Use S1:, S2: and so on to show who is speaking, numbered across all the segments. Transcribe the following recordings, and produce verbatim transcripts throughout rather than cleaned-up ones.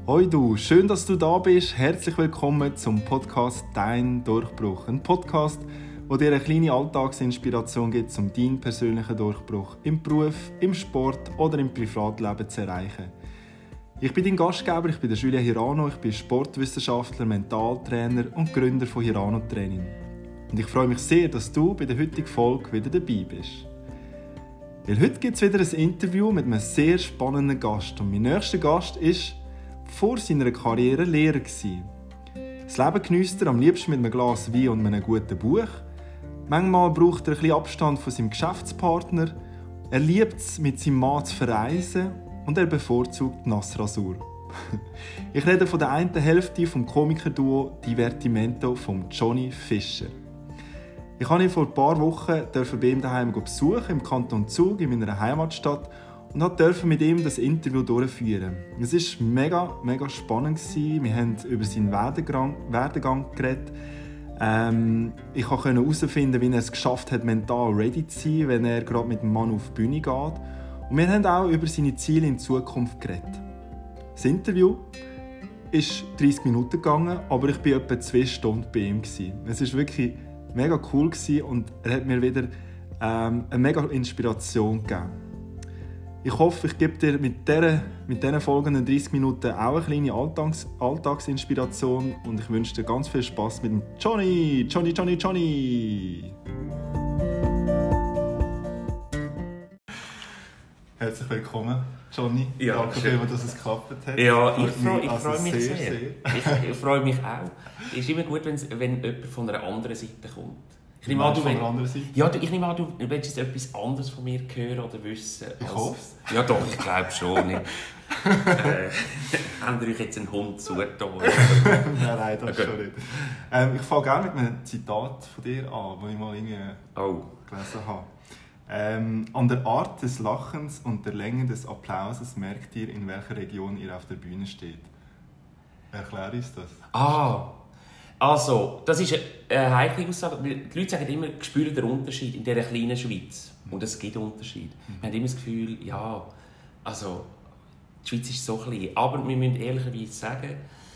S1: Hoi du, schön, dass du da bist. Herzlich willkommen zum Podcast «Dein Durchbruch». Ein Podcast, der dir eine kleine Alltagsinspiration gibt, um deinen persönlichen Durchbruch im Beruf, im Sport oder im Privatleben zu erreichen. Ich bin dein Gastgeber, ich bin der Julien Hirano, ich bin Sportwissenschaftler, Mentaltrainer und Gründer von Hirano Training. Und ich freue mich sehr, dass du bei der heutigen Folge wieder dabei bist. Weil heute gibt es wieder ein Interview mit einem sehr spannenden Gast. Und mein nächster Gast ist vor seiner Karriere Lehrer gewesen. Das Leben geniesst er am liebsten mit einem Glas Wein und einem guten Buch. Manchmal braucht er ein bisschen Abstand von seinem Geschäftspartner. Er liebt es, mit seinem Mann zu verreisen und er bevorzugt die Nassrasur. Ich rede von der einen Hälfte vom Komikerduo Divertimento von Johnny Fischer. Ich habe ihn vor ein paar Wochen bei ihm daheim besuchen, im Kanton Zug, in meiner Heimatstadt, und durfte mit ihm das Interview durchführen. Es war mega, mega spannend. Wir haben über seinen Werdegang, Werdegang geredet. Ähm, ich konnte herausfinden, wie er es geschafft hat, mental ready zu sein, wenn er gerade mit dem Mann auf die Bühne geht. Und wir haben auch über seine Ziele in Zukunft geredet. Das Interview ist dreißig Minuten gegangen, aber ich war etwa zwei Stunden bei ihm. Es war wirklich mega cool und er hat mir wieder ähm, eine mega Inspiration gegeben. Ich hoffe, ich gebe dir mit diesen mit diesen folgenden dreißig Minuten auch eine kleine Alltags, Alltagsinspiration und ich wünsche dir ganz viel Spass mit dem Johnny! Johnny, Johnny, Johnny! Herzlich willkommen, Johnny.
S2: Ja,
S1: danke vielmals, dass es geklappt hat.
S2: Ja, ich freue ich
S1: also
S2: freu mich sehr.
S1: sehr.
S2: Ich, ich freue mich auch. Es ist immer gut, wenn jemand von einer anderen Seite kommt. Ich nehme an, du,
S1: von
S2: wenn,
S1: einer anderen Seite?
S2: Ja, ich nehme an, du willst jetzt etwas anderes von mir hören oder wissen.
S1: Ich hoffe es.
S2: Ja doch, ich glaube schon. äh, habt ihr euch jetzt einen Hund zugetan?
S1: nein, nein, das
S2: okay.
S1: schon nicht. Ähm, ich fange gerne mit einem Zitat von dir an, das ich mal irgendwie
S2: oh.
S1: gelesen habe. Ähm, an der Art des Lachens und der Länge des Applauses merkt ihr, in welcher Region ihr auf der Bühne steht. Erklär uns das.
S2: Ah, also, das ist eine heikle Aussage. Die Leute sagen immer, spüren den Unterschied in dieser kleinen Schweiz. Und es gibt einen Unterschied. Mhm. Wir haben immer das Gefühl, ja, also, die Schweiz ist so klein. Aber wir müssen ehrlicherweise sagen,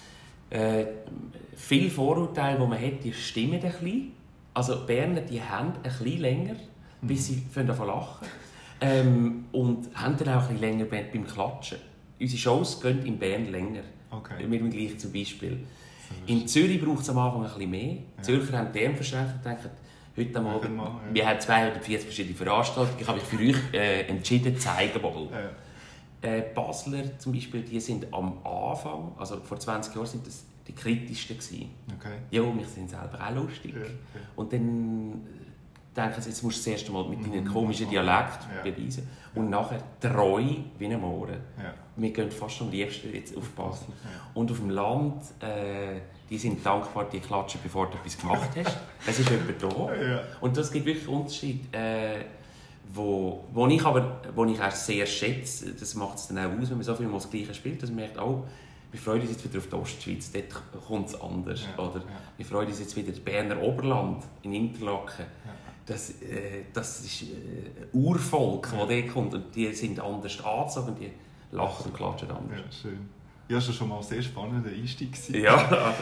S2: äh, viele Vorurteile, die man hat, die stimmen ein bisschen. Also, die Berner, die haben ein bisschen länger, bis sie anfangen zu lachen. Ähm, und haben dann auch ein bisschen länger beim Klatschen. Unsere Shows gehen in Bern länger.
S1: Okay.
S2: Mit dem gleichen zum Beispiel. In Zürich braucht es am Anfang ein bisschen mehr. Die ja. Zürcher haben die verschränkt und denken, heute am Abend, ja. wir haben zweihundertvierzig verschiedene Veranstaltungen, ich habe mich für euch äh, entschieden, zeigen wollen. Ja. Äh, Basler zum Beispiel, die sind am Anfang, also vor zwanzig Jahren, sind das die kritischsten gewesen. Okay. Ja, wir sind selber auch lustig. Ja. Ja. Und dann denken sie, jetzt musst du das erste Mal mit deinem komischen Dialekt ja. beweisen. Und nachher treu wie ein Mohren. Ja. Wir gehen fast am liebsten jetzt auf Basel. Ja. Und auf dem Land, äh, die sind dankbar, die klatschen, bevor du etwas gemacht hast. Es ist jemand da. Ja. Und das gibt wirklich Unterschiede, äh, wo, wo ich aber wo ich auch sehr schätze. Das macht es dann auch aus, wenn man so viel mal das Gleiche spielt, dass man merkt, oh, wir freuen uns jetzt wieder auf die Ostschweiz, dort kommt es anders. Ja. Oder ja. wir freuen uns jetzt wieder das Berner Oberland, in Interlaken. Ja. Das, äh, das ist äh, ein Urvolk, das ja. dort kommt. Und die sind anders angezogen, die lachen und klatschen anders.
S1: Ja, schön. Ja, das war schon mal ein sehr spannender Einstieg.
S2: Ja.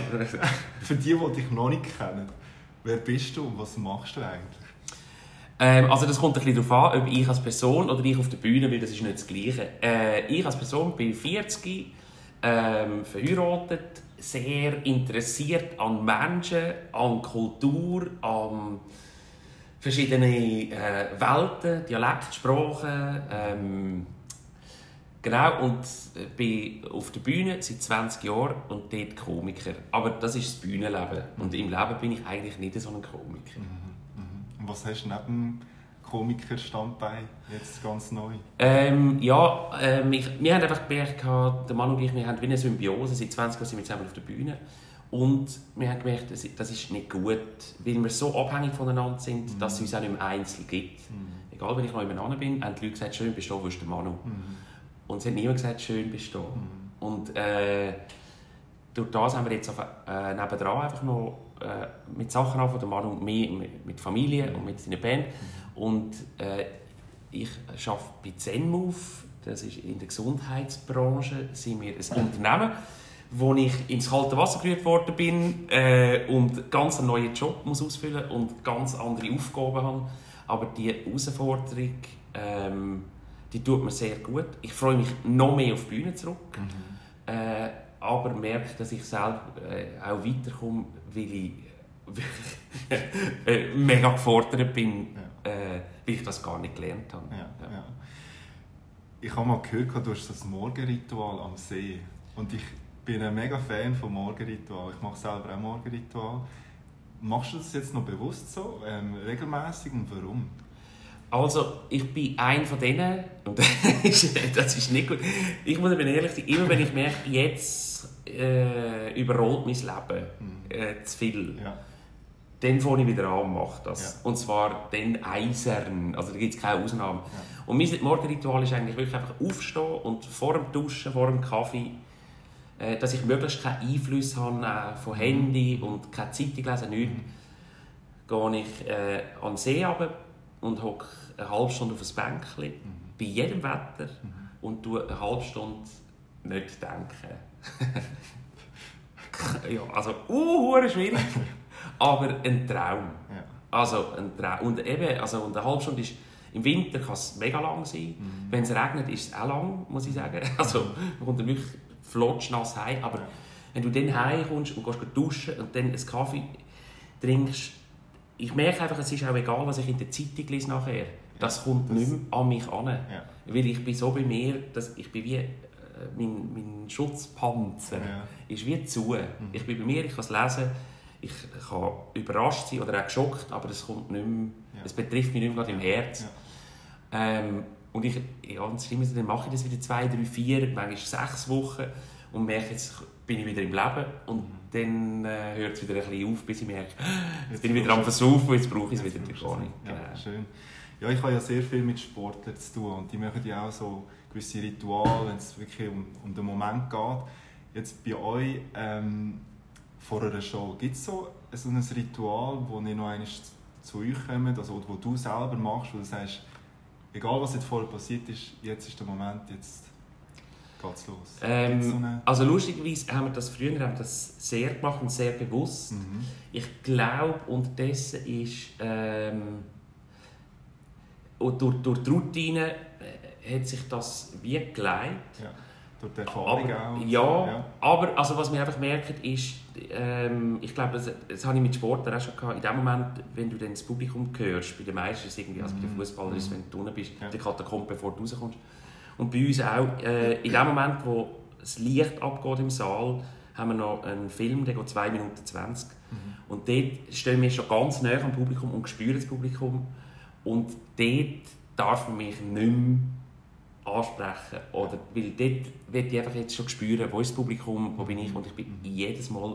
S1: Für die, die dich noch nicht kennen, wer bist du und was machst du eigentlich?
S2: Ähm, also das kommt ein bisschen darauf an, ob ich als Person oder ich auf der Bühne bin, das ist nicht das Gleiche. Äh, ich als Person bin vierzig, ähm, verheiratet, sehr interessiert an Menschen, an Kultur, an verschiedene äh, Welten, Dialekt, Sprachen. Ähm, genau, und bin auf der Bühne seit zwanzig Jahren und dort Komiker. Aber das ist das Bühnenleben. Und im Leben bin ich eigentlich nicht so ein Komiker.
S1: Mhm, mhm. Und was hast du neben dem Komiker-Standbein jetzt ganz neu?
S2: Ähm, ja, ähm, ich, wir haben einfach gemerkt, der Mann und ich, wir haben wie eine Symbiose. Seit zwanzig Jahren sind wir zusammen auf der Bühne. Und wir haben gemerkt, das ist nicht gut, weil wir so abhängig voneinander sind, mhm. dass es uns auch nicht mehr einzeln gibt. Mhm. Egal, wenn ich noch jemand anderen bin, haben die Leute gesagt, schön bist du, wo ist der Manu? Mhm. Und es hat niemand gesagt, schön bist du. Mhm. Und äh, durch das haben wir jetzt auf, äh, nebendran einfach noch äh, mit Sachen an von der Manu, mehr mit Familie mhm. und mit seiner Band. Mhm. Und äh, ich arbeite bei Zen Move Das ist in der Gesundheitsbranche. Sind wir ein Unternehmen, wo ich ins kalte Wasser gerührt worden bin äh, und ganz einen neuen Job muss ausfüllen und ganz andere Aufgaben habe. Aber diese Herausforderung, ähm, die tut mir sehr gut. Ich freue mich noch mehr auf die Bühne zurück. Mhm. Äh, aber merke, dass ich selber äh, auch weiterkomme, weil ich wirklich mega gefordert bin, ja. äh, weil ich das gar nicht gelernt habe.
S1: Ja, ja. Ja. Ich habe mal gehört, du hast das Morgenritual am See. Und ich bin ein mega Fan vom Morgenritual. Ich mache selber auch Morgenritual. Machst du das jetzt noch bewusst so, ähm, regelmäßig, und warum?
S2: Also, ich bin einer von denen, und das ist nicht gut. Ich muss aber ehrlich sein, immer wenn ich merke, jetzt äh, überrollt mein Leben äh, zu viel, ja. dann fange ich wieder an und mache das. Ja. Und zwar dann eisern, also da gibt es keine Ausnahme. Ja. Und mein Morgenritual ist eigentlich wirklich einfach aufstehen und vor dem Duschen, vor dem Kaffee, dass ich möglichst keinen Einfluss habe von Handy und keine Zeitung lesen, nichts, mhm. gehe ich äh, an den See runter und hocke eine halbe Stunde auf ein Bänkchen, mhm. bei jedem Wetter, mhm. und tue eine halbe Stunde nicht denken. Ja, also, uh, schwierig, aber ein Traum. Ja. Also, ein Traum. Und eben, also, und eine halbe Stunde ist, im Winter kann es mega lang sein, mhm. wenn es regnet, ist es auch lang, muss ich sagen. Also, man kommt dann wirklich flotsch nass heim, aber ja. wenn du dann heimkommst und gehst duschen und dann einen Kaffee trinkst, ich merke einfach, es ist auch egal, was ich in der Zeitung lese nachher. Das ja, kommt das nicht mehr an mich an. Ja. Weil ich bin so bei mir, dass ich bin wie äh, mein, mein Schutzpanzer ja. ist wie zu. Mhm. Ich bin bei mir, ich kann es lesen, ich kann überrascht sein oder auch geschockt, aber es kommt nicht mehr, ja. es betrifft mich nicht mehr gerade im Herz. Ja. Ähm, Und ich, ja, dann mache ich das wieder zwei, drei, vier, manchmal sechs Wochen und merke, jetzt bin ich wieder im Leben. Und dann äh, hört es wieder ein bisschen auf, bis ich merke, jetzt, jetzt bin ich wieder am Versaufen, jetzt brauche ich es wieder gar nicht.
S1: Ja, genau. Schön. Ja, ich habe ja sehr viel mit Sportlern zu tun und die machen ja auch so gewisse Rituale, wenn es wirklich um, um den Moment geht. Jetzt bei euch ähm, vor einer Show, gibt es so, so ein Ritual, wo ihr noch einmal zu euch kommt, also wo du selber machst, wo du sagst, egal was jetzt vorher passiert ist, jetzt ist der Moment, jetzt geht's los.
S2: Ähm, so eine... Also lustigerweise haben wir das früher haben wir das sehr gemacht und sehr bewusst. Mhm. Ich glaube, unterdessen ist ähm, durch, durch die Routine äh, hat sich das wie geleitet.
S1: Ja, durch die Erfahrung
S2: aber,
S1: auch.
S2: Ja, ja, aber also, was wir einfach merken ist, ähm, ich glaube, das, das habe ich mit Sportlern auch schon gehabt, in dem Moment, wenn du dann das Publikum hörst, bei den meisten ist es irgendwie, also bei den Fußballern ist es, wenn du unten bist, ja. der Katakomb, bevor du rauskommst. Und bei uns auch, äh, in dem Moment, wo das Licht abgeht im Saal, haben wir noch einen Film, der geht zwei Minuten zwanzig. Mhm. Und dort stehen wir schon ganz nah am Publikum und spüren das Publikum. Und dort darf man mich nicht mehr ansprechen. Oder, weil dort will ich einfach jetzt schon spüren, wo ist das Publikum, wo bin ich. Und ich bin jedes Mal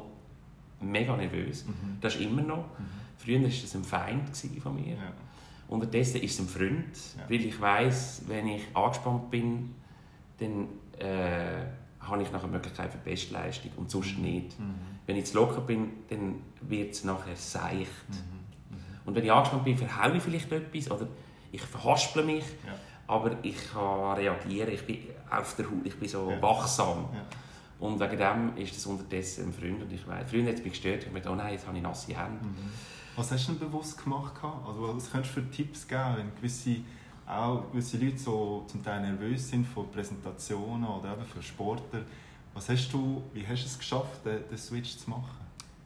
S2: mega nervös. Mhm. Das ist immer noch. Mhm. Früher war das ein Feind von mir. Ja. Unterdessen ist es ein Freund, ja. weil ich weiss, wenn ich angespannt bin, dann äh, habe ich nachher die Möglichkeit für Bestleistung und sonst nicht. Mhm. Wenn ich zu locker bin, dann wird es nachher seicht. Mhm. Mhm. Und wenn ich angespannt bin, verhaue ich vielleicht etwas oder ich verhaspele mich, ja. aber ich kann reagieren, ich bin auf der Haut, ich bin so ja. wachsam. Ja. Und wegen dem ist es unterdessen ein Freund. Und ich weiss, früher hat es mich gestört, ich dachte, oh nein, jetzt habe ich nasse Hände. Mhm.
S1: Was hast du denn bewusst gemacht? Also, was könntest du für Tipps geben, wenn gewisse, auch gewisse Leute so zum Teil nervös sind vor Präsentationen oder eben für Sportler? Was hast du, wie hast du es geschafft, den, den Switch zu machen?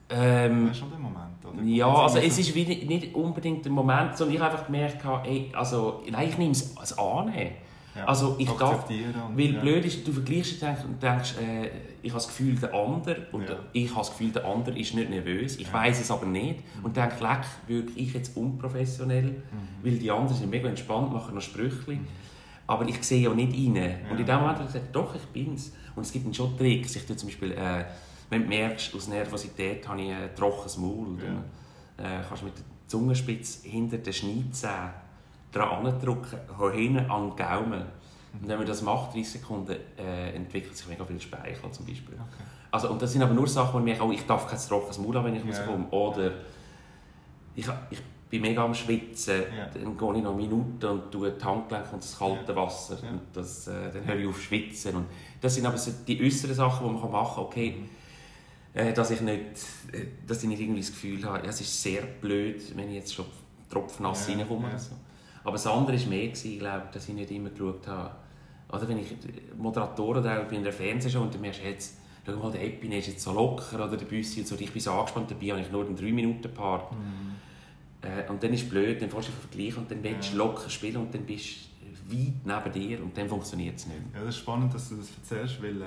S2: Ähm,
S1: weißt du noch den Moment? Oder?
S2: Ja, also es ist nicht unbedingt der Moment, sondern ich habe einfach gemerkt, ey, also, nein, ich nehme es als Annehmen. Ja, also ich darf, weil ja. blöd ist, du vergleichst und denkst, äh, ich habe das Gefühl, der andere, und ja. ich habe das Gefühl, der andere ist nicht nervös, ich ja. weiss es aber nicht mhm. und denke, leck, wirke ich jetzt unprofessionell, mhm. weil die anderen sind mega entspannt, machen noch Sprüche, mhm. aber ich sehe ja nicht rein. Ja. Und in dem Moment habe ich gesagt, doch, ich bin's. Und es gibt schon Tricks, ich tue zum Beispiel, äh, wenn du merkst, aus Nervosität habe ich ein trockenes Maul, ja. dann äh, kannst du mit der Zungenspitze hinter den Schneidezähnen dran drücken, hinten an den Gaumen. Und wenn man das macht, dreißig Sekunden, äh, entwickelt sich mega viel Speichel zum Beispiel. Okay. Also, und das sind aber nur Sachen, wo ich merke, oh, ich darf kein trockenes Maul haben, wenn ich yeah. rauskomme. Oder ich, ich bin mega am Schwitzen,
S1: ja.
S2: dann gehe ich noch Minuten und tue die Handgelenke und das kalte
S1: ja.
S2: Wasser.
S1: Ja.
S2: Und das, äh, dann höre ich auf Schwitzen. Und das sind aber so die äußeren Sachen, die man machen kann. Okay, äh, dass, ich nicht, äh, dass ich nicht irgendwie das Gefühl habe, ja, es ist sehr blöd, wenn ich jetzt schon tropfnass
S1: ja.
S2: reinkomme.
S1: Ja.
S2: Oder so. Aber das andere war mehr, ich glaube, dass ich nicht immer geschaut habe. Oder wenn ich Moderatoren oder auch bei einer Fernsehshow und du merkst, jetzt, schau mal, der Epine ist jetzt so locker oder der Büssi und so, ich bin so angespannt, dabei habe ich nur einen drei Minuten Part. Mhm. Äh, und dann ist es blöd, dann fährst du vergleichen und dann willst du ja. locker spielen und dann bist du weit neben dir und dann funktioniert es nicht.
S1: Ja, das ist spannend, dass du das erzählst, weil äh,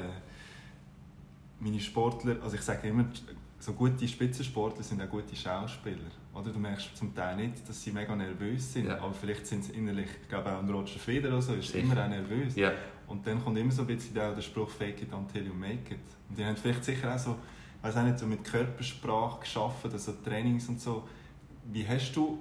S1: meine Sportler, also ich sage immer, so gute Spitzensportler sind auch gute Schauspieler. Oder? Du merkst zum Teil nicht, dass sie mega nervös sind, ja. aber vielleicht sind sie innerlich, ich glaube auch ein Roger Federer oder so, ist immer auch nervös.
S2: Ja.
S1: Und dann kommt immer so ein bisschen der Spruch «Fake it until you make it». Und die haben vielleicht sicher auch so, weiß auch nicht, so mit Körpersprache geschaffen, also Trainings und so. Wie hast du,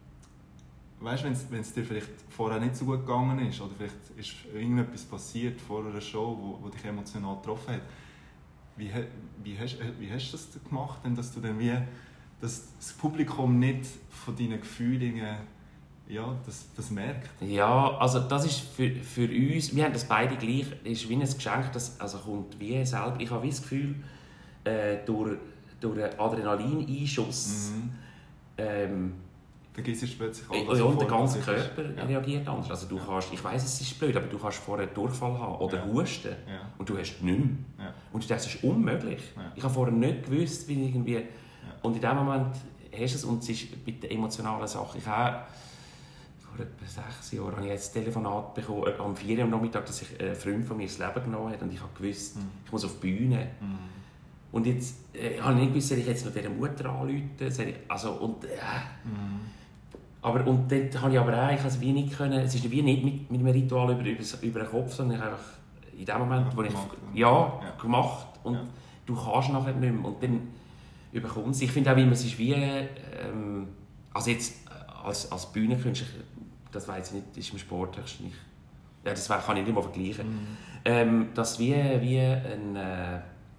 S1: weißt du, wenn es dir vielleicht vorher nicht so gut gegangen ist oder vielleicht ist irgendetwas passiert vor einer Show, wo, wo dich emotional getroffen hat, wie, wie, hast, wie hast du das gemacht, denn, dass du dann wie, dass das Publikum nicht von deinen Gefühlen ja, das, das merkt?
S2: Ja, also das ist für, für uns, wir haben das beide gleich, ist wie ein Geschenk, das also kommt wie selber. Ich habe das Gefühl, äh, durch, durch einen Adrenalineinschuss mhm. ähm,
S1: vergisst du plötzlich
S2: alles. Ja, und der ganze Körper ja. reagiert anders. Also du ja. kannst, ich weiss, es ist blöd, aber du kannst vorher einen Durchfall haben oder ja. husten
S1: ja. und
S2: du hast nichts mehr. Ja. Und das ist unmöglich. Ja. Ich habe vorher nicht gewusst, wie irgendwie... Ja. Und in dem Moment hast du es und es ist bei der emotionalen Sache. Ich habe vor etwa sechs Jahren habe ich jetzt ein Telefonat bekommen, äh, am vier Uhr am Nachmittag, dass sich ein Freund von mir das Leben genommen hat und ich habe gewusst, mhm. ich muss auf die Bühne. Mhm. Und jetzt äh, habe ich nicht gewusst, soll ich jetzt noch dieser Mutter anrufen? Also, und, äh, mhm. aber, und dort habe ich aber auch, ich habe es wie nicht können, es ist wie nicht mit, mit einem Ritual über, über, über den Kopf, sondern ich habe einfach in dem Moment, ja, wo ich gemacht, ja, ja. gemacht und ja. du kannst nachher nicht mehr und dann überkommt es. Ich finde auch immer, es ist wie, ähm, also jetzt als, als Bühnenkünstler, das weiß ich nicht, das ist im Sport nicht, ja, das kann ich nicht mal vergleichen, mhm. ähm, dass wie, wie eine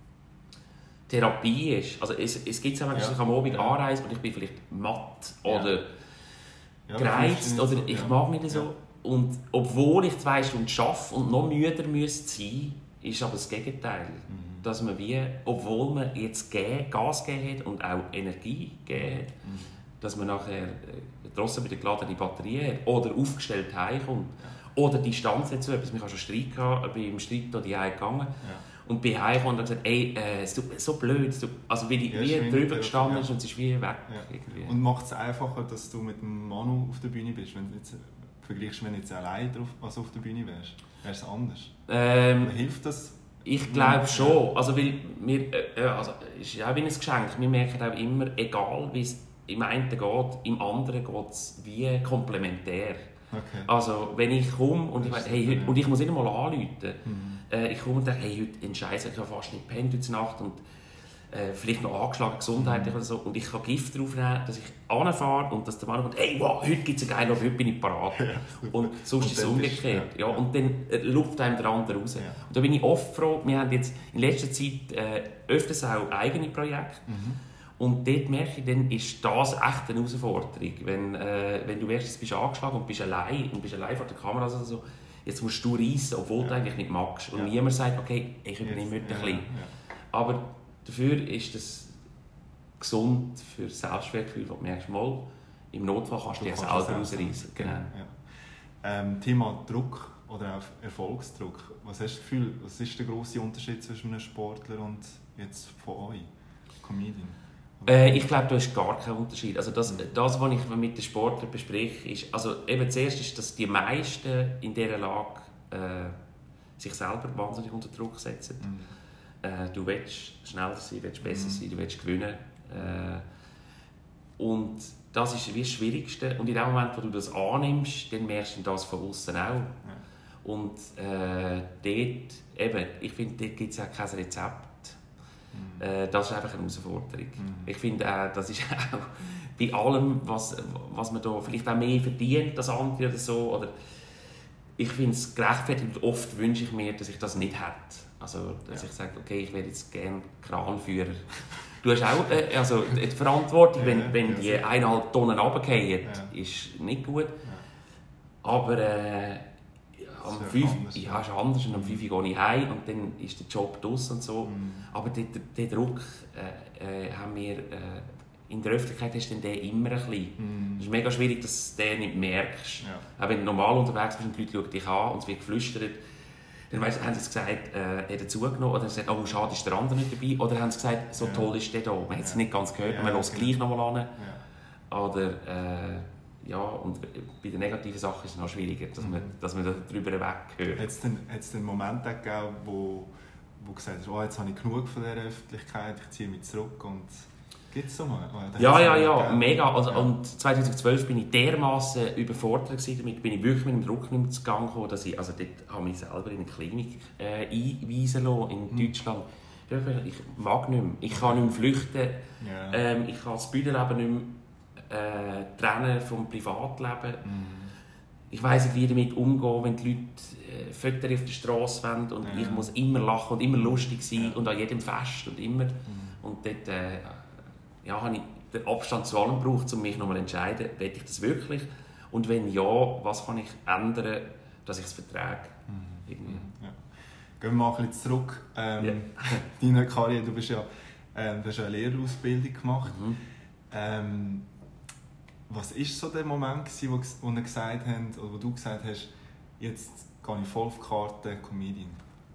S2: äh, Therapie ist. Also es, es gibt es auch, wenn ja. ich am Abend ja. anreise und ich bin vielleicht matt oder ja. gereizt ja, oder ich ja. mag nicht so. Ja. Und obwohl ich zwei Stunden arbeite und noch müder müsste sein, ist aber das Gegenteil. Mhm. Dass man wie, obwohl man jetzt Gas gegeben hat und auch Energie gegeben hat, mhm. dass man nachher äh, trotzdem wieder geladene Batterien hat oder aufgestellt heimkommt. Ja. Oder die Distanz nicht so etwas. Ich hatte schon Streit gehabt, bin im Streit da die gegangen ja. und bin heimgekommen und gesagt, ey, äh, es tut so blöd, es tut, also wie, ja, wie drüber gestanden ist ja. und es ist wie weg.
S1: Ja. Und macht es einfacher, dass du mit dem Manu auf der Bühne bist, wenn du jetzt vergleichst, wenn du jetzt allein drauf, also auf der Bühne wärst? Wäre es anders?
S2: Ähm,
S1: hilft das?
S2: Ich glaube schon. Also, weil wir, äh, also, es ist auch wie ein Geschenk. Wir merken auch immer, egal wie es im einen geht, im anderen geht es wie komplementär.
S1: Okay.
S2: Also, wenn ich komme und ich, weiss, hey, heute, und ich muss nicht einmal anrufen, mhm. äh, ich komme und denke, hey, heute ein Scheiß, ich habe fast nicht gepennt heute Nacht und äh, vielleicht noch angeschlagen, gesundheitlich mhm. oder so. Und ich kann Gift drauf nehmen, dass ich anfahre und dass der Mann kommt, hey, wow, heute gibt es einen geilen, heute bin ich parat. Ja, und sonst und ist es umgekehrt. Ist, ja. Ja, und dann äh, luft einem der andere raus. Ja. Und da bin ich oft froh, wir haben jetzt in letzter Zeit äh, öfters auch eigene Projekte. Mhm. Und dort merke ich, dann ist das echt eine Herausforderung. Wenn, äh, wenn du erst bist angeschlagen und bist allein und bist allein vor der Kamera, also so, jetzt musst du reissen, obwohl ja. du eigentlich nicht magst. Und ja. niemand sagt, okay, ich übernehme heute ein bisschen. Ja. Aber dafür ist das gesund für das Selbstwertgefühl, wo du merkst, mal, im Notfall kannst du dich selber rausreißen. Genau.
S1: Ja. Ähm, Thema Druck oder auch Erfolgsdruck. Was hast du das Gefühl, was ist der grosse Unterschied zwischen einem Sportler und jetzt von euch, Comedian?
S2: Äh, ich glaube, da ist gar kein Unterschied. Also das, das, was ich mit den Sportlern bespreche, ist, also eben zuerst ist, dass die meisten in dieser Lage äh, sich selber wahnsinnig unter Druck setzen. Mhm. Äh, du willst schneller sein, willst besser mhm. sein, du willst gewinnen. Äh, und das ist wie das Schwierigste. Und in dem Moment, wo du das annimmst, dann merkst du das von außen auch. Ja. Und äh, dort, eben, ich finde, dort gibt es auch kein Rezept. Äh, das ist einfach eine Herausforderung. Mhm. Ich finde auch, das ist auch bei allem, was, was man da vielleicht auch mehr verdient als andere oder so. Oder ich finde es gerechtfertigt. Oft wünsche ich mir, dass ich das nicht hätte. Also, dass ja. ich sage, okay, ich wäre jetzt gerne Kranführer du hast auch äh, also die Verantwortung,
S1: ja,
S2: wenn, wenn
S1: ja,
S2: die eineinhalb Tonnen runterfallen,
S1: ja.
S2: ist nicht gut.
S1: Ja.
S2: Aber äh, am fünf ja, ist anders. Und am
S1: mhm.
S2: fünf gehe ich heim und dann ist der Job draus und so.
S1: Mhm.
S2: Aber den, den Druck äh, äh, haben wir... Äh, in der Öffentlichkeit hast du den immer ein bisschen.
S1: Mhm.
S2: Es ist mega schwierig, dass du den nicht merkst.
S1: Ja.
S2: Auch wenn du normal unterwegs bist und die Leute schauen dich an und es wird geflüstert, dann weißt, haben sie es gesagt, äh, hat er zugenommen, oder haben sie gesagt, oh schade, ist der andere nicht dabei, oder haben sie gesagt, so ja. toll ist der da. Man hat es ja. nicht ganz gehört, ja, man hört es gleich nochmal an. Ja. Oder, äh, ja, und bei den negativen Sachen ist es noch schwieriger, dass man, dass man darüber weghört.
S1: Hat es denn, denn Momente gegeben, wo, wo du gesagt hast, oh, jetzt habe ich genug von dieser Öffentlichkeit, ich ziehe mich zurück und... Gibt es so mal? Oh,
S2: ja, ja, ja, gegeben. Mega. Also, ja. Und zweitausendzwölf bin ich dermaßen überfordert gewesen, damit bin ich wirklich mit dem Druck nicht zu Gang gekommen, dass ich, also dort habe ich mich selber in eine Klinik äh, einweisen lassen in mhm. Deutschland. Ich mag nicht mehr. Ich kann nicht mehr flüchten. Ja. Ähm, ich kann das Bühnenleben nicht mehr äh, trennen vom Privatleben. Mhm. Ich weiss nicht, wie damit umgehen, wenn die Leute äh, Fotos auf der Straße wollen und ja. ich muss immer lachen und immer lustig sein ja. und an jedem Fest und immer. Mhm. Und dort äh, ja, habe ich den Abstand zu allem gebraucht, um mich nochmal zu entscheiden, will ich das wirklich? Und wenn ja, was kann ich ändern, dass ich es vertrage? Mhm.
S1: Ja. Gehen wir mal ein bisschen zurück. Ähm, ja. Deine Karriere, du, bist ja, ähm, du hast ja eine Lehrerausbildung gemacht. Mhm. Ähm, was war so der Moment, wo, wo, gesagt haben, oder wo du gesagt hast, jetzt gehe ich voll auf die Karte Comedian?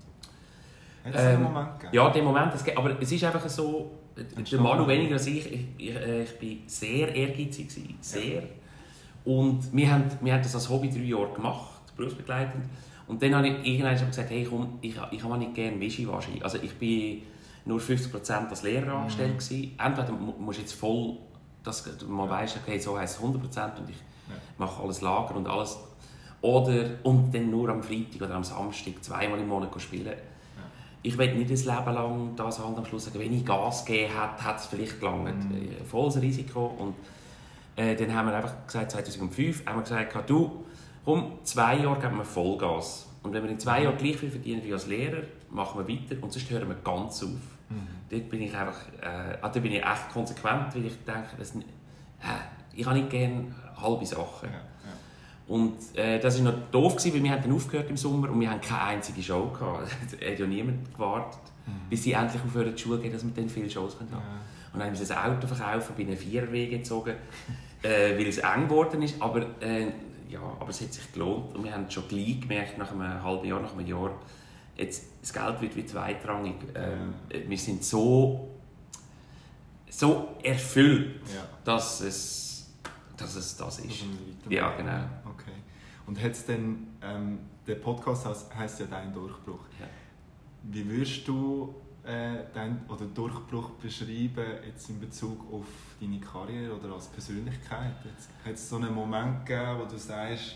S1: Hat es ähm, einen Moment gegeben?
S2: Ja, den Moment. Es, aber es ist einfach so, der Manu weniger als ich, ich, ich, ich war sehr ehrgeizig. Sehr. Ja. Und wir haben, wir haben das als Hobby drei Jahre gemacht, berufsbegleitend. Und dann habe ich irgendwann gesagt, hey, komm, ich, ich habe nicht gerne Wischiwaschi. Also ich war nur fünfzig Prozent als Lehrer angestellt. Mhm. Entweder musst du jetzt voll, dass man ja. weiss, okay, so heisst es hundert Prozent und ich ja. mache alles Lager und alles. Oder und dann nur am Freitag oder am Samstag zweimal im Monat spielen. Ich will nicht das Leben lang das halt am Schluss sagen, wenn ich Gas gegeben hätte, hätte es vielleicht gelangt. Mm. Volles Risiko. Und äh, dann haben wir einfach gesagt, zweitausendfünf haben wir gesagt, du, komm, zwei Jahre geben wir Vollgas. Und wenn wir in zwei Jahren gleich viel verdienen wie als Lehrer, machen wir weiter und sonst hören wir ganz auf. Mm. Dort bin ich einfach, äh, da bin ich echt konsequent, weil ich denke, das, äh, ich habe nicht gerne halbe Sachen. Ja. Und äh, das war noch doof, weil wir haben dann aufgehört im Sommer und wir hatten keine einzige Show gehabt. Es hat ja niemand gewartet, mhm. bis sie endlich aufhören zu gehen, dass wir dann viele Shows haben können. Ja. Und dann haben wir ein Auto verkauft, bin in einen Viererweg gezogen, äh, weil es eng geworden ist. Aber, äh, ja, aber es hat sich gelohnt und wir haben schon gleich gemerkt, nach einem halben Jahr, nach einem Jahr, jetzt, das Geld wird wie zweitrangig. Ähm, ja. Wir sind so, so erfüllt, ja. dass es dass es das ist. Ja, genau.
S1: Okay. Und hat's denn, ähm, der Podcast heisst ja «Dein Durchbruch». Ja. Wie würdest du äh, deinen oder Durchbruch beschreiben jetzt in Bezug auf deine Karriere oder als Persönlichkeit? Hat es so einen Moment gegeben, wo du sagst,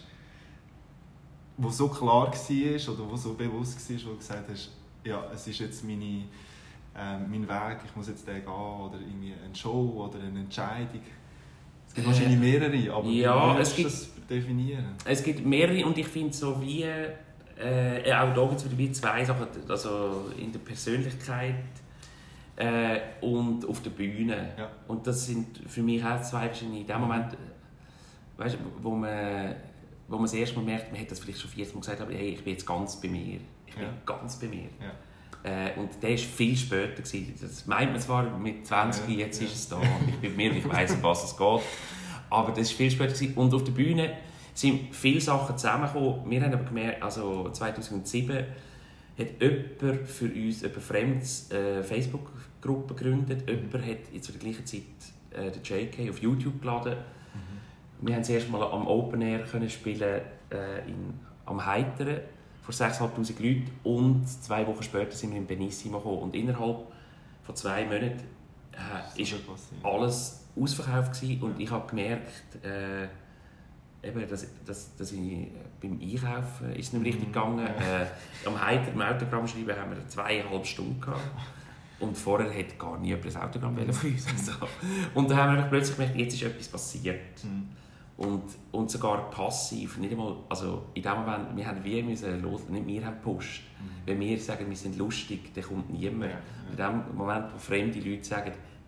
S1: wo so klar war oder wo so bewusst war, wo du gesagt hast, ja, es ist jetzt meine, äh, mein Weg, ich muss jetzt den gehen, oder irgendwie eine Show oder eine Entscheidung? Es gibt wahrscheinlich mehrere, aber
S2: ja,
S1: wie
S2: es gibt,
S1: das definieren?
S2: Es gibt mehrere und ich finde so wie, äh, auch da gibt es wieder wie zwei Sachen, also in der Persönlichkeit äh, und auf der Bühne. Ja. Und das sind für mich auch zwei verschiedene, in dem Moment, weißt, wo man, wo man das erste Mal merkt, man hat das vielleicht schon vierzig Mal gesagt, aber hey, ich bin jetzt ganz bei mir. Ich bin ja. ganz bei mir. Ja. Äh, und der war viel später. Das meint man zwar mit zwanzig, ja, jetzt ja. ist es da. Ich bin bei mir, ich weiss, um was es geht. Aber das war viel später. Und auf der Bühne sind viele Sachen zusammengekommen. Wir haben aber gemerkt, also zweitausendsieben hat jemand für uns eine fremde äh, Facebook-Gruppe gegründet. Mhm. Jemand hat zur gleichen Zeit äh, den J K auf YouTube geladen. Mhm. Wir haben das erste Mal am Open Air können spielen, äh, in, am Heiteren vor sechstausendfünfhundert Leuten und zwei Wochen später sind wir in Benissimo gekommen. Und innerhalb von zwei Monaten äh, ist alles ausverkauft gewesen. Und ich habe gemerkt, äh, eben, dass, dass, dass ich beim Einkaufen ist es nicht richtig gegangen. Äh, am Heiter, im Autogramm schreiben haben wir zweieinhalb Stunden gehabt. Und vorher hat gar nie jemand ein Autogramm von uns. Also. Und dann haben wir plötzlich gemerkt, jetzt ist etwas passiert. Mhm. Und, und sogar passiv, nicht einmal, also in dem Moment, wir haben wie müssen los, nicht wir haben Post. Mhm. Wenn wir sagen, wir sind lustig, dann kommt niemand. Ja, ja. In dem Moment, wo fremde Leute sagen,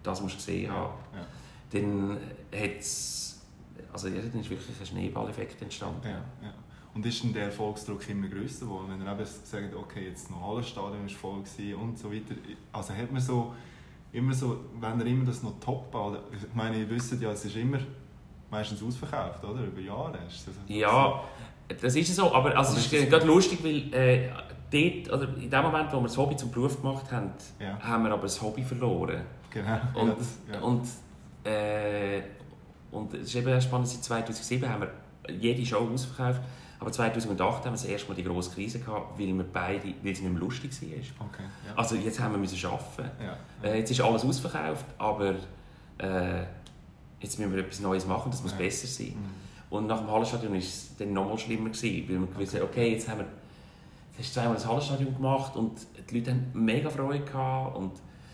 S2: das musst du gesehen haben. Ja, ja. Dann hat's, also ja, dann ist wirklich ein Schneeballeffekt entstanden.
S1: Ja, ja. Und ist denn der Erfolgsdruck immer grösser geworden, wenn er eben sagt, okay, jetzt noch Hallenstadion war voll und so weiter. Also hat man so, immer so, wenn er immer das noch top baut, ich meine, ihr wisst ja, es ist immer meistens ausverkauft, oder? Über Jahre. Ist das
S2: ja, das ist so, aber also es ist, ist gerade lustig, weil äh, dort, oder in dem Moment, wo wir das Hobby zum Beruf gemacht haben, ja. haben wir aber das Hobby verloren.
S1: Genau.
S2: Und,
S1: ja, das, ja.
S2: und, äh, und es ist eben spannend, seit zweitausendsieben haben wir jede Show ausverkauft. Aber zweitausendacht haben wir das erste Mal die grosse Krise gehabt, weil wir beide, weil es nicht mehr lustig war.
S1: Okay, ja.
S2: Also jetzt haben wir müssen arbeiten.
S1: Ja,
S2: ja. Äh, jetzt ist alles ausverkauft, aber äh, jetzt müssen wir etwas Neues machen, das muss ja. besser sein. Mhm. Und nach dem Hallenstadion war es dann noch mal schlimmer gewesen, weil wir gewusst haben, okay, jetzt haben wir jetzt hast du zweimal das Hallenstadion gemacht und die Leute haben mega Freude gehabt und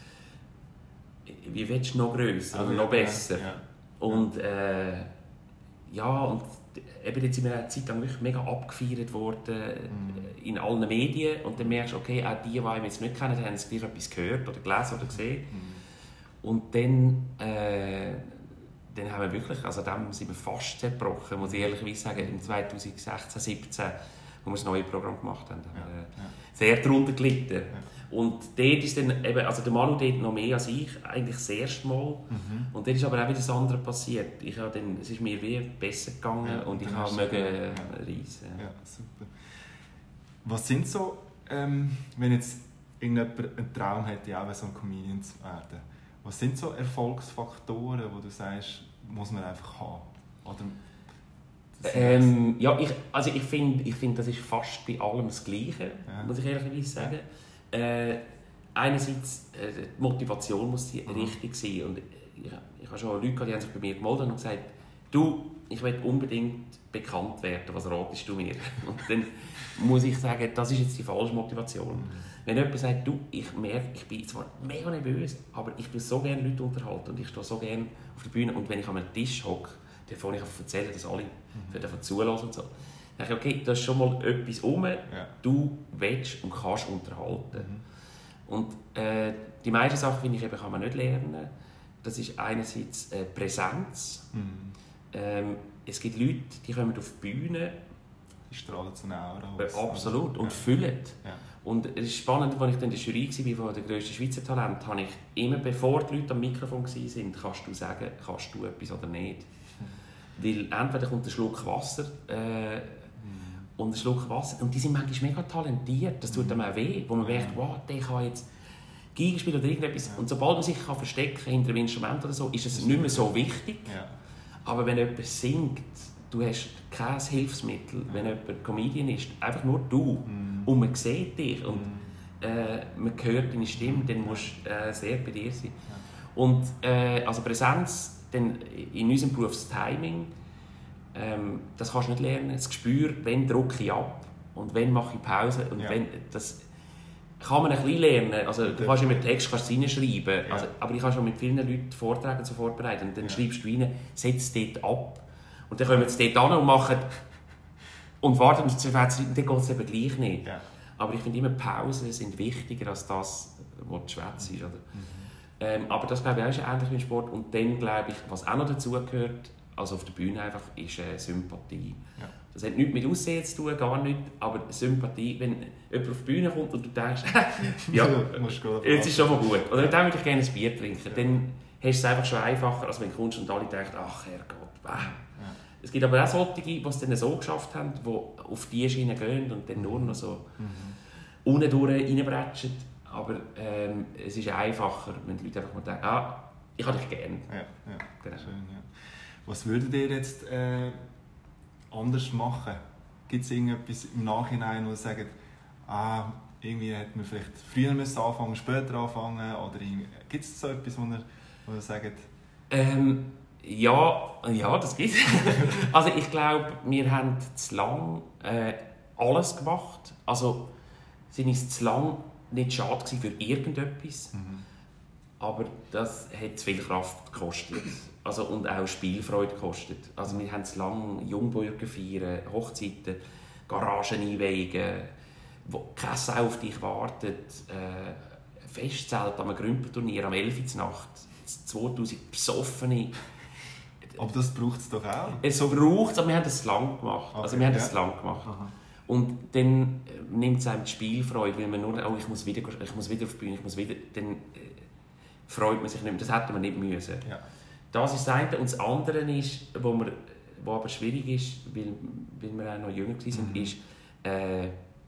S2: wie willst du noch grösser oder noch besser?
S1: Ja, ja.
S2: Und äh, ja, und eben jetzt sind wir eine Zeit lang wirklich mega abgefeiert worden mm. in allen Medien und dann merkst du, okay, auch die, die wir jetzt nicht kennen, haben gleich etwas gehört oder gelesen oder gesehen. Mm. Und dann, äh, dann haben wir wirklich, also dem sind wir fast zerbrochen, muss ich ehrlicherweise sagen, im zweitausendsechzehn, siebzehn, wo wir das neue Programm gemacht haben, haben wir, äh, ja. sehr darunter gelitten. Ja. Und dort ist dann eben, also der Manu dort noch mehr als ich, eigentlich das erste Mal. Mhm. Und dort ist aber auch wieder das andere passiert. Ich habe dann, es ist mir wie besser gegangen ja, und ich habe mögen ja. reisen.
S1: Ja, super. Was sind so, ähm, wenn jetzt irgendjemand einen Traum hätte, auch so ein Comedian zu werden, was sind so Erfolgsfaktoren, wo du sagst, muss man einfach haben? Oder
S2: ähm, ja, ich, also ich finde, ich find, das ist fast bei allem das Gleiche, ja. muss ich ehrlicherweise sagen. Ja. Äh, einerseits, äh, die Motivation muss die richtig sein. Und ich, ich habe schon Leute gehabt, die haben sich bei mir gemeldet und gesagt, du, ich will unbedingt bekannt werden, was ratest du mir? Und dann muss ich sagen, das ist jetzt die falsche Motivation. Mhm. Wenn jemand sagt, du, ich merke, ich bin zwar mega nervös, aber ich bin so gerne Leute unterhalten und ich stehe so gerne auf der Bühne und wenn ich an einem Tisch hocke, dann fange ich an zu erzählen, dass alle mhm. zulassen und so. Dann denke ich, okay, da ist schon mal etwas um, ja. du willst und kannst unterhalten. Mhm. Und äh, die meisten Sachen, finde ich, eben, kann man nicht lernen. Das ist einerseits äh, Präsenz. Mhm. Ähm, es gibt Leute, die kommen auf die Bühne.
S1: Die strahlen so eine Aura
S2: aus. Äh, absolut. Und ja. füllen. Ja. Und es ist spannend, als ich dann in der Jury war von der grössten Schweizer Talent, habe ich immer, bevor die Leute am Mikrofon waren, kannst du sagen, kannst du etwas oder nicht. Mhm. Weil entweder kommt ein Schluck Wasser, äh, und ein Schluck Wasser. Und die sind manchmal mega talentiert. Das tut einem auch weh, wo man merkt, wow, der kann jetzt Geige spielen oder irgendetwas. Ja. Und sobald man sich kann verstecken hinter einem Instrument oder so, ist es nicht mehr so wichtig. Ja. Aber wenn jemand singt, du hast kein Hilfsmittel. Ja. Wenn jemand Comedian ist, einfach nur du. Mhm. Und man sieht dich und äh, man hört deine Stimme, dann musst du äh, sehr bei dir sein. Ja. Und äh, also Präsenz, dann in unserem Beruf das Timing, Ähm, das kannst du nicht lernen. Das Gespür, wann drücke ich ab und wann mache ich Pause. Und ja. wenn, das kann man ein bisschen lernen. Also, du kannst immer Text kannst reinschreiben, ja. also, aber ich kann schon mit vielen Leuten Vorträge so vorbereiten. Und dann ja. schreibst du rein, setz es dort ab. Und dann kommen sie dort an und machen und warten und dann geht es eben gleich nicht. Ja. Aber ich finde immer, Pausen sind wichtiger als das, was du schwätzt. Mhm. Ähm, aber das glaube ich auch ist ähnlich wie im Sport. Und dann glaube ich, was auch noch dazugehört, also auf der Bühne einfach, ist äh, Sympathie. Ja. Das hat nichts mit Aussehen zu tun, gar nicht, aber Sympathie, wenn jemand auf die Bühne kommt und du denkst, ja, jetzt ist schon mal gut, oder dann würde ich gerne ein Bier trinken, ja. dann hast du es einfach schon einfacher, als wenn du kommst und alle denken, ach Herrgott, wow. Ja. Es gibt aber auch solche, die es dann so geschafft haben, die auf die Schiene gehen und dann nur noch so mhm. unten durch reinbretschen, aber ähm, es ist einfacher, wenn die Leute einfach mal denken, ah, ich habe dich gerne.
S1: Ja, ja. Genau. Schön, ja. Was würdet ihr jetzt äh, anders machen? Gibt es irgendetwas im Nachhinein, wo ihr sagt, ah, irgendwie hätte man vielleicht früher müssen anfangen, später anfangen? Oder gibt es so etwas, wo ihr, wo ihr sagt?
S2: Ähm, ja, ja, das gibt es. Also ich glaube, wir haben zu lange äh, alles gemacht. Also sind es zu lange nicht schade für irgendetwas. Mhm. Aber das hat zu viel Kraft gekostet. Also, und auch Spielfreude gekostet. Also, wir haben zu lange Jungbürger feiern, Hochzeiten, Garagen einweigen, wo keine Sau auf dich wartet, äh, Festzelt am Grümpelturnier am elf Uhr Nacht. zweitausend besoffene.
S1: Aber das braucht es doch auch.
S2: Es so braucht es, aber wir haben das lang gemacht. Okay, also wir haben ja. das lang gemacht. Aha. Und dann nimmt es einem die Spielfreude, weil man nur, oh, ich muss wieder, ich muss wieder auf die Bühne, ich muss wieder, dann äh, freut man sich nicht mehr. Das hätte man nicht müssen. Ja. Das ist das eine. Und das andere ist, wo, wir, wo aber schwierig ist, weil, weil wir auch noch jünger waren, mhm. ist, äh,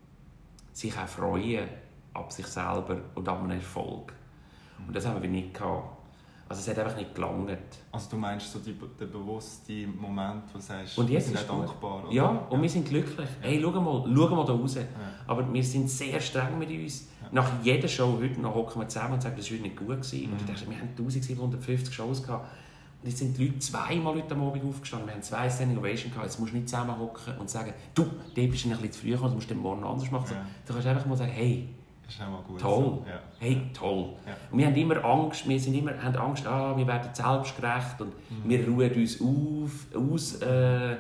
S2: sich auch freuen ab sich selber und ab einem Erfolg. Mhm. Und das haben wir nicht gehabt. Also es hat einfach nicht gelangt.
S1: Also du meinst so die, der bewusste Moment, wo du sagst,
S2: und jetzt
S1: wir
S2: sind
S1: sind dankbar? Oder?
S2: Ja, und ja. wir sind glücklich. Ja. Hey, schau mal, schau mal da raus. Ja. Aber wir sind sehr streng mit uns. Ja. Nach jeder Show heute noch hocken wir zusammen und sagen, das war heute nicht gut gewesen. Mhm. Und du denkst, wir haben eintausendsiebenhundertfünfzig Shows gehabt. Und jetzt sind die Leute zweimal heute Abend aufgestanden. Wir haben zwei Standing Ovation gehabt. Jetzt musst du nicht zusammen hocken und sagen, du, dort bist du ein bisschen zu früh gekommen, du musst den morgen anders machen. Ja. Du kannst einfach mal sagen, hey,
S1: ist auch mal gut.
S2: Toll.
S1: Ja.
S2: Hey, toll. Ja. Und wir haben immer Angst, wir sind immer, haben Angst, ah, wir werden selbstgerecht und mhm. wir ruhen uns auf, aus äh,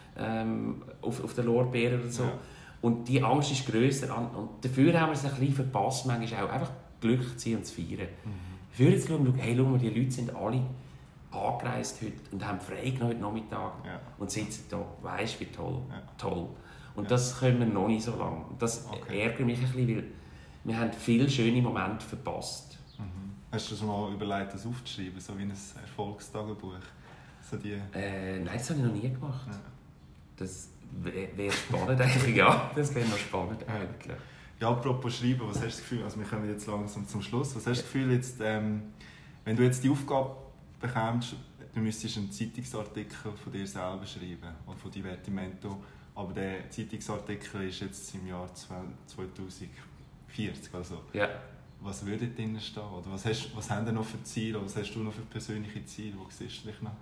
S2: ähm, auf, auf den Lorbeeren oder so. Ja. Und die Angst ist grösser. Und dafür haben wir es ein bisschen verpasst, manchmal auch einfach glücklich zu sein und zu feiern. Mhm. Dafür jetzt schauen, hey, schau mal, die Leute sind alle angereist heute und haben frei genommen heute Nachmittag ja. und sitzen da, weisst du, wie toll. Ja. Toll. Und ja. das können wir noch nicht so lange. Das okay. ärgert mich ein bisschen, weil wir haben viele schöne Momente verpasst.
S1: Mhm. Hast du schon mal überlegt, das aufzuschreiben, so wie ein Erfolgstagebuch? So die...
S2: äh, nein, das habe ich noch nie gemacht. Ja. Das wäre wär spannend eigentlich, ja. Das wäre noch spannend eigentlich.
S1: Ja, apropos Schreiben, was hast du das Gefühl, also wir kommen jetzt langsam zum Schluss, was hast du das Gefühl, jetzt, ähm, wenn du jetzt die Aufgabe bekommst, du müsstest einen Zeitungsartikel von dir selber schreiben, oder von Divertimento, aber der Zeitungsartikel ist jetzt im Jahr zweitausendvierzig. Also,
S2: ja.
S1: Was würde drin stehen? Oder was, hast, was haben denn noch für Ziele? Oder was hast du noch für persönliche Ziele? Wo siehst du dich noch?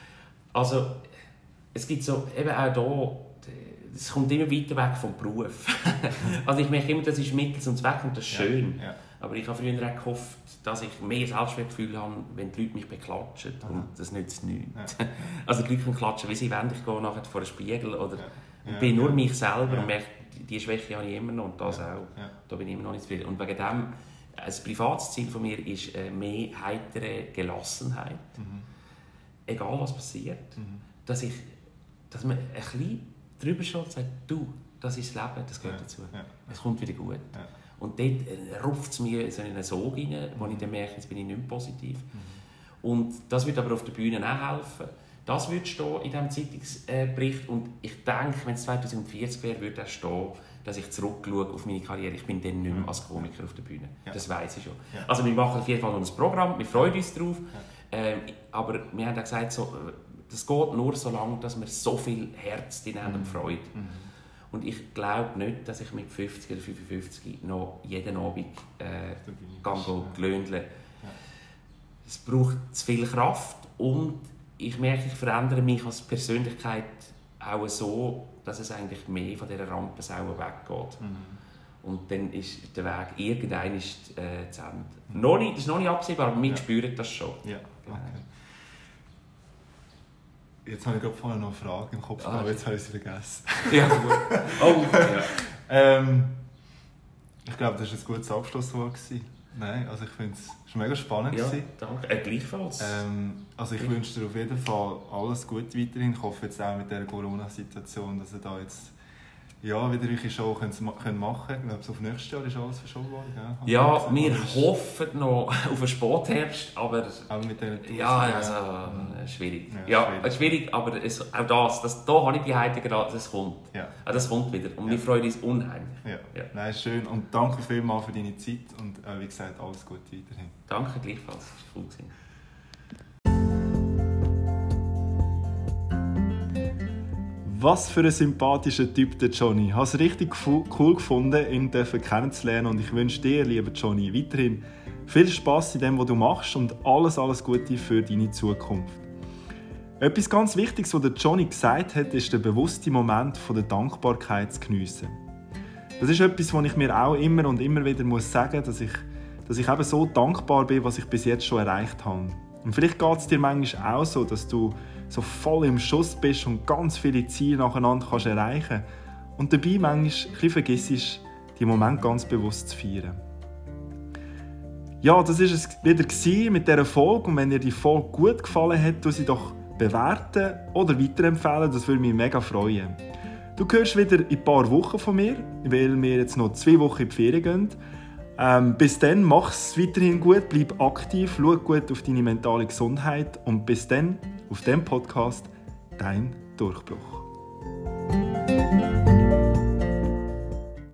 S2: Also, es gibt so, eben auch hier, es kommt immer weiter weg vom Beruf. Also ich merke immer, das ist Mittel zum Zweck und das ist schön. Ja, ja. Aber ich habe früher auch gehofft, dass ich mehr Selbstwertgefühl habe, wenn die Leute mich beklatschen. Aha. Und das nützt nichts. Ja. Also die Leute können klatschen, wie sie wollen. Ich gehe nachher vor den Spiegel oder ja. Ja, bin nur ja. mich selber ja. und merke, die Schwäche habe ich immer noch und das ja. auch. Ja. Da bin ich immer noch nicht zufrieden. Und wegen dem, ein privates Ziel von mir ist mehr heitere Gelassenheit. Mhm. Egal was passiert. Mhm. Dass, ich, dass man ein bisschen drüber schaut und sagt, du, das ist das Leben, das gehört ja. dazu. Ja. Es kommt wieder gut. Ja. Und dort rupft es mir so in einen Sog rein, wo mhm. ich dann merke, jetzt bin ich nicht mehr positiv. Mhm. Und das wird aber auf der Bühne auch helfen. Das würde stehen in diesem Zeitungsbericht. Und ich denke, wenn es zweitausendvierzig wäre, würde auch stehen, dass ich zurückschaue auf meine Karriere. Ich bin dann nicht mehr als Komiker auf der Bühne. Ja. Das weiss ich schon. Ja. Also wir machen auf jeden Fall noch ein Programm, wir freuen uns darauf. Ja. Ähm, aber wir haben auch gesagt, so, das geht nur so lange, dass wir so viel Herz drin haben und Freude. Mhm. Und ich glaube nicht, dass ich mit fünfzig oder fünfundfünfzig noch jeden Abend äh, glöhnle. Ja. Es braucht zu viel Kraft und ich merke, ich verändere mich als Persönlichkeit auch so, dass es eigentlich mehr von dieser Rampensau weggeht. Mhm. Und dann ist der Weg irgendwann ist, äh, zu Ende. Mhm. Noch nicht, das ist noch nicht absehbar, aber wir ja. spüren das schon.
S1: Ja. Okay. Jetzt habe ich gerade vorher noch eine Frage im Kopf, ah, aber jetzt habe ich sie vergessen.
S2: Ja, gut. Oh, ja.
S1: ähm, ich glaube, das war ein gutes Abschlusswort. Nein, also ich finde es mega spannend.
S2: Ja, danke. Äh, gleichfalls.
S1: Ähm, also ich wünsche dir auf jeden Fall alles Gute weiterhin. Ich hoffe jetzt auch mit dieser Corona-Situation, dass ihr da jetzt ja, wieder eure Show könnt, könnt machen könnt. Ich glaube, auf nächstes Jahr ist alles verschoben worden. Gell?
S2: Ja, wir ist... hoffen noch auf einen Spätherbst, aber...
S1: Auch mit den
S2: ja, also ja. schwierig. Ja, ja schwierig. schwierig, aber es, auch das, das, da habe ich die Heiligen, das kommt. Ja. Also das kommt wieder und ja. wir freuen uns unheimlich.
S1: Ja. Ja. Nein, schön und danke vielmals für deine Zeit und äh, wie gesagt, alles Gute weiterhin.
S2: Danke gleichfalls, es war cool gewesen.
S1: Was für ein sympathischer Typ der Johnny. Ich habe es richtig cool gefunden, ihn kennenzulernen und ich wünsche dir, lieber Johnny, weiterhin viel Spass in dem, was du machst und alles, alles Gute für deine Zukunft. Etwas ganz Wichtiges, was der Johnny gesagt hat, ist der bewusste Moment der Dankbarkeit zu geniessen. Das ist etwas, was ich mir auch immer und immer wieder muss sagen muss, dass ich, dass ich eben so dankbar bin, was ich bis jetzt schon erreicht habe. Und vielleicht geht es dir manchmal auch so, dass du so voll im Schuss bist und ganz viele Ziele nacheinander kannst erreichen und dabei manchmal ein bisschen vergisst, die Momente ganz bewusst zu feiern. Ja, das war es wieder mit dieser Folge. Und wenn dir die Folge gut gefallen hat, tu sie doch bewerten oder weiterempfehlen. Das würde mich mega freuen. Du hörst wieder in ein paar Wochen von mir, weil wir jetzt noch zwei Wochen in die Ferien gehen. Ähm, bis dann, mach es weiterhin gut, bleib aktiv, schau gut auf deine mentale Gesundheit und bis dann auf dem Podcast Dein Durchbruch.